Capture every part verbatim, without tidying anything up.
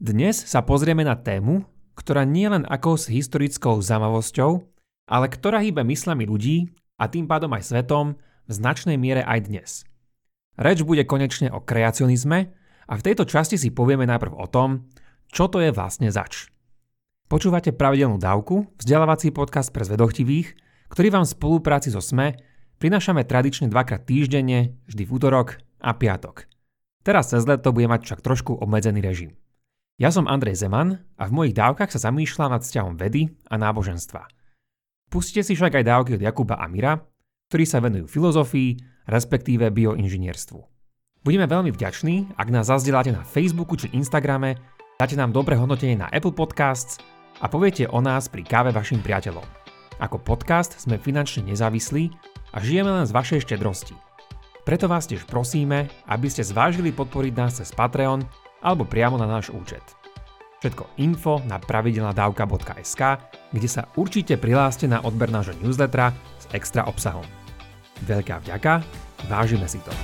Dnes sa pozrieme na tému, ktorá nie len akousi historickou zaujímavosťou, ale ktorá hýbe myslami ľudí a tým pádom aj svetom v značnej miere aj dnes. Reč bude konečne o kreacionizme a v tejto časti si povieme najprv o tom, čo to je vlastne zač. Počúvate pravidelnú dávku, vzdelávací podcast pre zvedochtivých, ktorý vám v spolupráci so es em e prinášame tradične dvakrát týždenne, vždy v útorok a piatok. Teraz cez leto bude mať však trošku obmedzený režim. Ja som Andrej Zeman a v mojich dávkach sa zamýšľam nad vzťahom vedy a náboženstva. Pustite si však aj dávky od Jakuba Amira, ktorí sa venujú filozofii, respektíve bioinžinierstvu. Budeme veľmi vďační, ak nás zazdieľate na Facebooku či Instagrame, dáte nám dobré hodnotenie na Apple Podcasts a poviete o nás pri káve vašim priateľom. Ako podcast sme finančne nezávislí a žijeme len z vašej štedrosti. Preto vás tiež prosíme, aby ste zvážili podporiť nás cez Patreon alebo priamo na náš účet. Všetko info na pravidelnadavka bodka es ká, kde sa určite prihláste na odber nášho newslettera s extra obsahom. Veľká vďaka, vážime si to.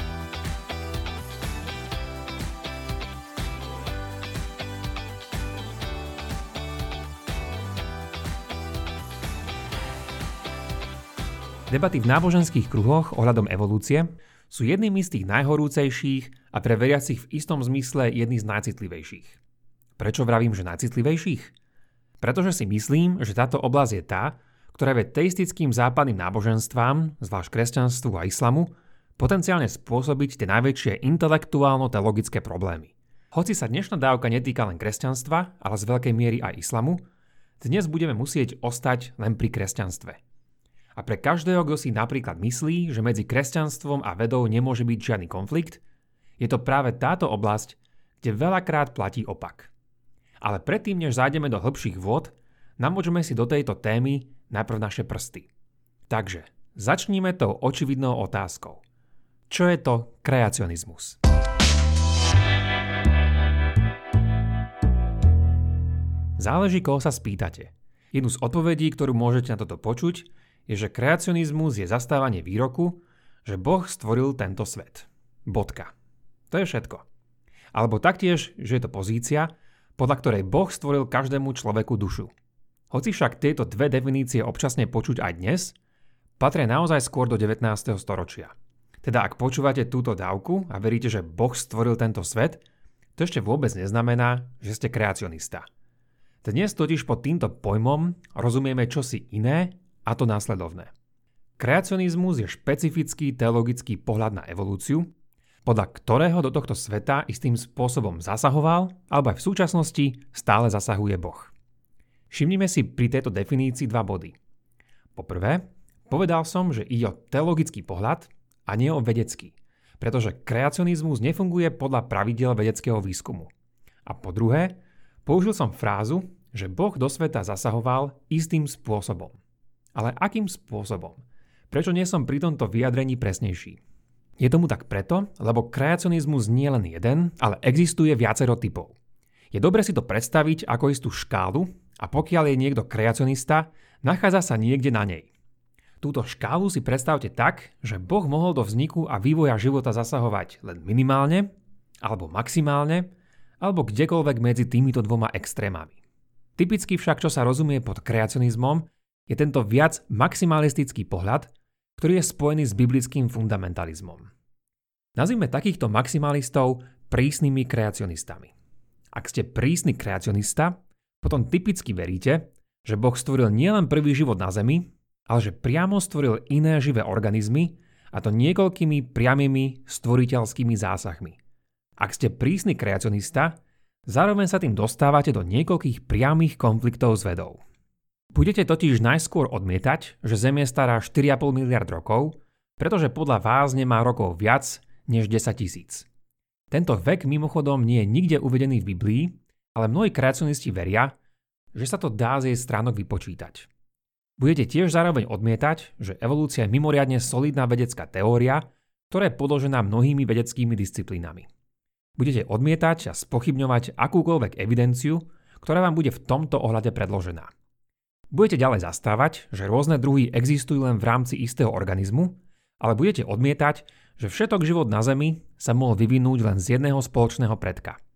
Debaty v náboženských kruhoch ohľadom evolúcie sú jednými z tých najhorúcejších a pre veriacich v istom zmysle jedný z najcitlivejších. Prečo vravím, že najcitlivejších? Pretože si myslím, že táto oblasť je tá, ktorá vie teistickým západným náboženstvám, zvlášť kresťanstvu a islamu, potenciálne spôsobiť tie najväčšie intelektuálno-teologické problémy. Hoci sa dnešná dávka netýka len kresťanstva, ale z veľkej miery aj islamu, dnes budeme musieť ostať len pri kresťanstve. A pre každého, kto si napríklad myslí, že medzi kresťanstvom a vedou nemôže byť žiadny konflikt, je to práve táto oblasť, kde veľakrát platí opak. Ale predtým, než zájdeme do hĺbších vôd, namočme si do tejto témy najprv naše prsty. Takže, začníme tou očividnou otázkou. Čo je to kreacionizmus? Záleží, koho sa spýtate. Jednu z odpovedí, ktorú môžete na toto počuť, je, že kreacionizmus je zastávanie výroku, že Boh stvoril tento svet. Bodka. To je všetko. Alebo taktiež, že je to pozícia, podľa ktorej Boh stvoril každému človeku dušu. Hoci však tieto dve definície občasne počuť aj dnes, patria naozaj skôr do devätnásteho storočia. Teda ak počúvate túto dávku a veríte, že Boh stvoril tento svet, to ešte vôbec neznamená, že ste kreacionista. Dnes totiž pod týmto pojmom rozumieme čosi iné, a to následovné. Kreacionizmus je špecifický teologický pohľad na evolúciu, podľa ktorého do tohto sveta istým spôsobom zasahoval, alebo aj v súčasnosti stále zasahuje Boh. Všimnime si pri tejto definícii dva body. Po prvé, povedal som, že ide o teologický pohľad a nie o vedecký, pretože kreacionizmus nefunguje podľa pravidiel vedeckého výskumu. A po druhé, použil som frázu, že Boh do sveta zasahoval istým spôsobom. Ale akým spôsobom? Prečo nie som pri tomto vyjadrení presnejší? Je tomu tak preto, lebo kreacionizmus nie je len jeden, ale existuje viacero typov. Je dobre si to predstaviť ako istú škálu a pokiaľ je niekto kreacionista, nachádza sa niekde na nej. Túto škálu si predstavte tak, že Boh mohol do vzniku a vývoja života zasahovať len minimálne, alebo maximálne, alebo kdekoľvek medzi týmito dvoma extrémami. Typicky však, čo sa rozumie pod kreacionizmom, je tento viac maximalistický pohľad, ktorý je spojený s biblickým fundamentalizmom. Nazvime takýchto maximalistov prísnymi kreacionistami. Ak ste prísny kreacionista, potom typicky veríte, že Boh stvoril nielen prvý život na Zemi, ale že priamo stvoril iné živé organizmy, a to niekoľkými priamými stvoriteľskými zásahmi. Ak ste prísny kreacionista, zároveň sa tým dostávate do niekoľkých priamých konfliktov s vedou. Budete totiž najskôr odmietať, že Zem je stará štyri a pol miliard rokov, pretože podľa vás nemá rokov viac než desaťtisíc. Tento vek mimochodom nie je nikde uvedený v Biblii, ale mnohí kreacionisti veria, že sa to dá z jej stránok vypočítať. Budete tiež zároveň odmietať, že evolúcia je mimoriadne solidná vedecká teória, ktorá je podložená mnohými vedeckými disciplínami. Budete odmietať a spochybňovať akúkoľvek evidenciu, ktorá vám bude v tomto ohľade predložená. Budete ďalej zastávať, že rôzne druhy existujú len v rámci istého organizmu, ale budete odmietať, že všetok život na Zemi sa mohol vyvinúť len z jedného spoločného predka.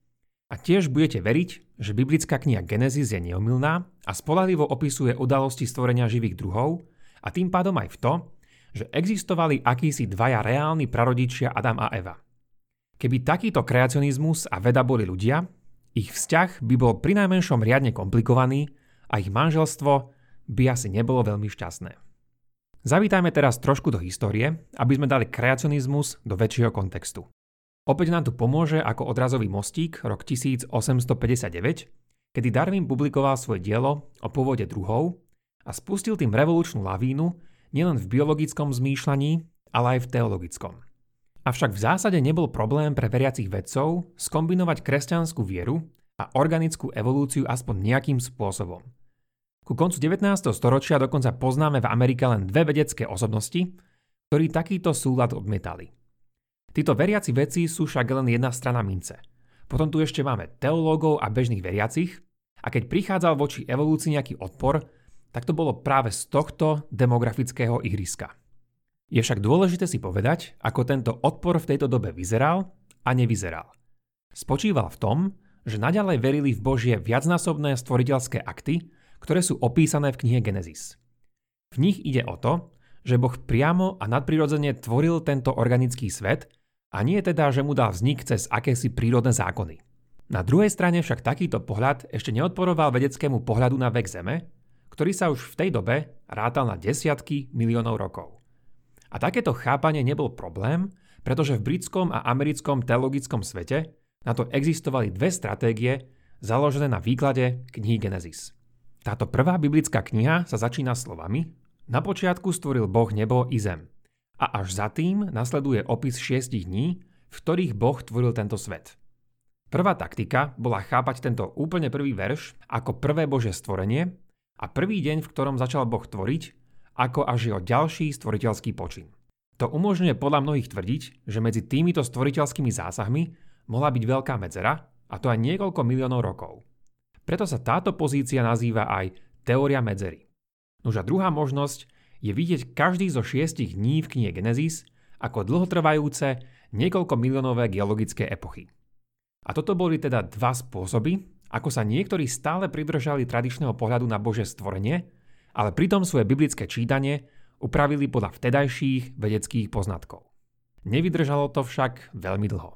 A tiež budete veriť, že biblická kniha Genesis je neomylná a spoľahlivo opisuje udalosti stvorenia živých druhov a tým pádom aj v to, že existovali akísi dvaja reálni prarodičia Adam a Eva. Keby takýto kreacionizmus a veda boli ľudia, ich vzťah by bol prinajmenšom riadne komplikovaný a ich manželstvo by asi nebolo veľmi šťastné. Zavítajme teraz trošku do histórie, aby sme dali kreacionizmus do väčšieho kontextu. Opäť nám tu pomôže ako odrazový mostík rok tisícosemstopäťdesiatdeväť, kedy Darwin publikoval svoje dielo o pôvode druhov a spustil tým revolučnú lavínu nielen v biologickom zmýšľaní, ale aj v teologickom. Avšak v zásade nebol problém pre veriacich vedcov skombinovať kresťanskú vieru a organickú evolúciu aspoň nejakým spôsobom. Ku koncu devätnásteho storočia dokonca poznáme v Amerike len dve vedecké osobnosti, ktorí takýto súlad odmietali. Títo veriaci vedci sú však len jedna strana mince. Potom tu ešte máme teológov a bežných veriacich a keď prichádzal voči evolúcii nejaký odpor, tak to bolo práve z tohto demografického ihriska. Je však dôležité si povedať, ako tento odpor v tejto dobe vyzeral a nevyzeral. Spočíval v tom, že naďalej verili v Božie viacnásobné stvoriteľské akty, ktoré sú opísané v knihe Genesis. V nich ide o to, že Boh priamo a nadprirodzene tvoril tento organický svet a nie teda, že mu dal vznik cez akési prírodné zákony. Na druhej strane však takýto pohľad ešte neodporoval vedeckému pohľadu na vek Zeme, ktorý sa už v tej dobe rátal na desiatky miliónov rokov. A takéto chápanie nebol problém, pretože v britskom a americkom teologickom svete na to existovali dve stratégie založené na výklade knihy Genesis. Táto prvá biblická kniha sa začína slovami: Na počiatku stvoril Boh nebo i zem. A až za tým nasleduje opis šiestich dní, v ktorých Boh tvoril tento svet. Prvá taktika bola chápať tento úplne prvý verš ako prvé Božie stvorenie a prvý deň, v ktorom začal Boh tvoriť, ako až jeho ďalší stvoriteľský počin. To umožňuje podľa mnohých tvrdiť, že medzi týmito stvoriteľskými zásahmi mohla byť veľká medzera, a to aj niekoľko miliónov rokov. Preto sa táto pozícia nazýva aj teória medzery. Nož a druhá možnosť je vidieť každý zo šiestich dní v knihe Genesis ako dlhotrvajúce niekoľko miliónové geologické epochy. A toto boli teda dva spôsoby, ako sa niektorí stále pridržali tradičného pohľadu na Božie stvorenie, ale pritom svoje biblické čítanie upravili podľa vtedajších vedeckých poznatkov. Nevydržalo to však veľmi dlho.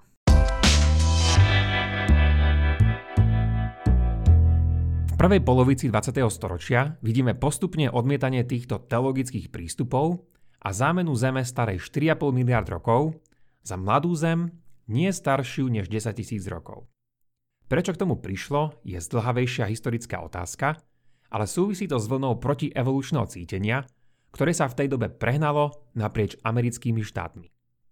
V prvej polovici dvadsiateho storočia vidíme postupne odmietanie týchto teologických prístupov a zámenu Zeme starej štyri a pol miliárd rokov za mladú Zem nie staršiu než desaťtisíc rokov. Prečo k tomu prišlo, je zdĺhavejšia historická otázka, ale súvisí to s vlnou protievolučného cítenia, ktoré sa v tej dobe prehnalo naprieč americkými štátmi.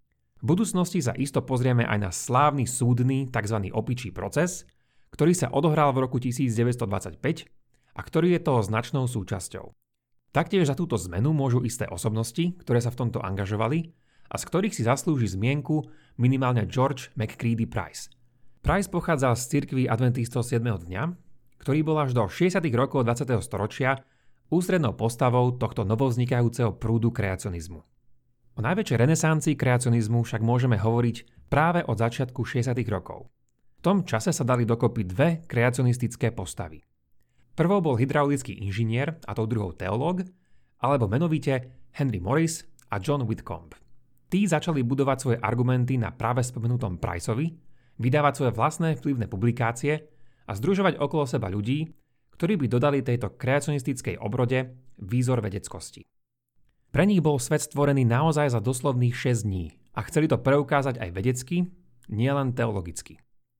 V budúcnosti sa isto pozrieme aj na slávny súdny tzv. Opičí proces, ktorý sa odohral v roku tisícdeväťstodvadsaťpäť a ktorý je toho značnou súčasťou. Taktiež za túto zmenu môžu isté osobnosti, ktoré sa v tomto angažovali a z ktorých si zaslúži zmienku minimálne George McCready Price. Price pochádzal z cirkvi adventistov siedmeho dňa, ktorý bol až do šesťdesiatych rokov dvadsiateho storočia ústrednou postavou tohto novovznikajúceho prúdu kreacionizmu. O najväčšej renesancii kreacionizmu však môžeme hovoriť práve od začiatku šesťdesiatych rokov. V tom čase sa dali dokopy dve kreacionistické postavy. Prvou bol hydraulický inžinier a tou druhou teológ, alebo menovite Henry Morris a John Whitcomb. Tí začali budovať svoje argumenty na práve spomenutom Priceovi, vydávať svoje vlastné vplyvné publikácie a združovať okolo seba ľudí, ktorí by dodali tejto kreacionistickej obrode výzor vedeckosti. Pre nich bol svet stvorený naozaj za doslovných šesť dní a chceli to preukázať aj vedecky, nielen teologicky.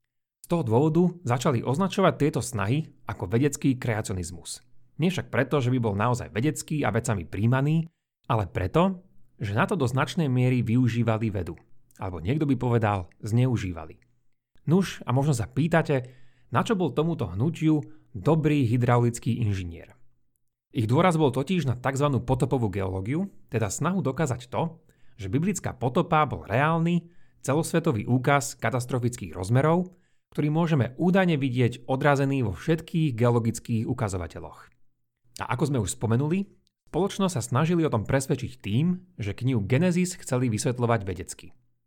Z toho dôvodu začali označovať tieto snahy ako vedecký kreacionizmus. Nie však preto, že by bol naozaj vedecký a vecami príjmaný, ale preto, že na to do značnej miery využívali vedu. Alebo niekto by povedal, zneužívali. Nuž, a možno sa pýtate, na čo bol tomuto hnutiu dobrý hydraulický inžinier. Ich dôraz bol totiž na tzv. Potopovú geológiu, teda snahu dokázať to, že biblická potopa bol reálny, celosvetový úkaz katastrofických rozmerov, ktorý môžeme údajne vidieť odrazený vo všetkých geologických ukazovateľoch. A ako sme už spomenuli, spoločnosť sa snažili o tom presvedčiť tým, že knihu Genesis chceli vysvetľovať vedecky.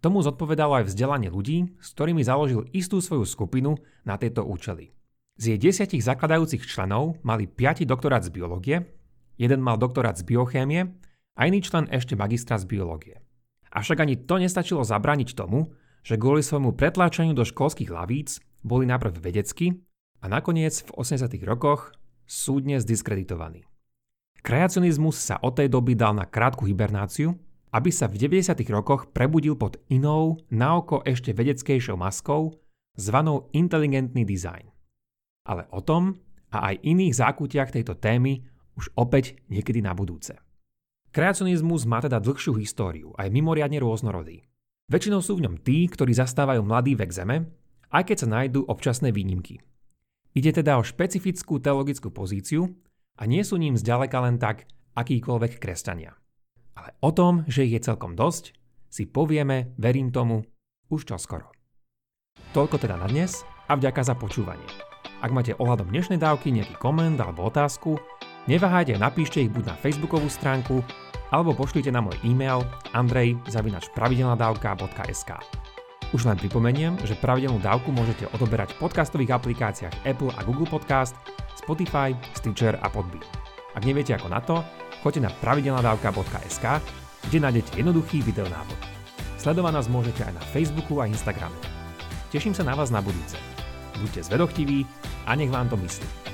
Tomu zodpovedalo aj vzdelanie ľudí, s ktorými založil istú svoju skupinu na tieto účely. Z jej desiatich zakladajúcich členov mali piati doktorát z biológie, jeden mal doktorát z biochémie a iný člen ešte magistra z biológie. Avšak ani to nestačilo zabrániť tomu, že kvôli svojmu pretláčaniu do školských lavíc boli najprv vedecky a nakoniec v osemdesiatych rokoch súdne zdiskreditovaní. Kreacionizmus sa od tej doby dal na krátku hibernáciu, aby sa v deväťdesiatych rokoch prebudil pod inou, naoko ešte vedeckejšou maskou, zvanou inteligentný dizajn. Ale o tom a aj iných zákutiach tejto témy už opäť niekedy na budúce. Kreacionizmus má teda dlhšiu históriu a je mimoriadne rôznorodý. Väčšinou sú v ňom tí, ktorí zastávajú mladý vek Zeme, aj keď sa nájdú občasné výnimky. Ide teda o špecifickú teologickú pozíciu a nie sú ním zďaleka len tak akýkoľvek kresťania. Ale o tom, že ich je celkom dosť, si povieme, verím tomu, už čoskoro. Toľko teda na dnes a vďaka za počúvanie. Ak máte ohľadom dnešnej dávky nejaký koment alebo otázku, neváhajte, napíšte ich buď na facebookovú stránku, alebo pošlite na môj e-mail andrej zavináč pravidelnadavka bodka es ká. Už len pripomeniem, že pravidelnú dávku môžete odoberať v podcastových aplikáciách Apple a Google Podcast, Spotify, Stitcher a Podbean. Ak neviete ako na to, choďte na pravidelnadavka bodka es ká, kde nájdete jednoduchý videonávod. Sledovať nás môžete aj na Facebooku a Instagrame. Teším sa na vás na budúce. Buďte zvedochtiví a nech vám to myslí.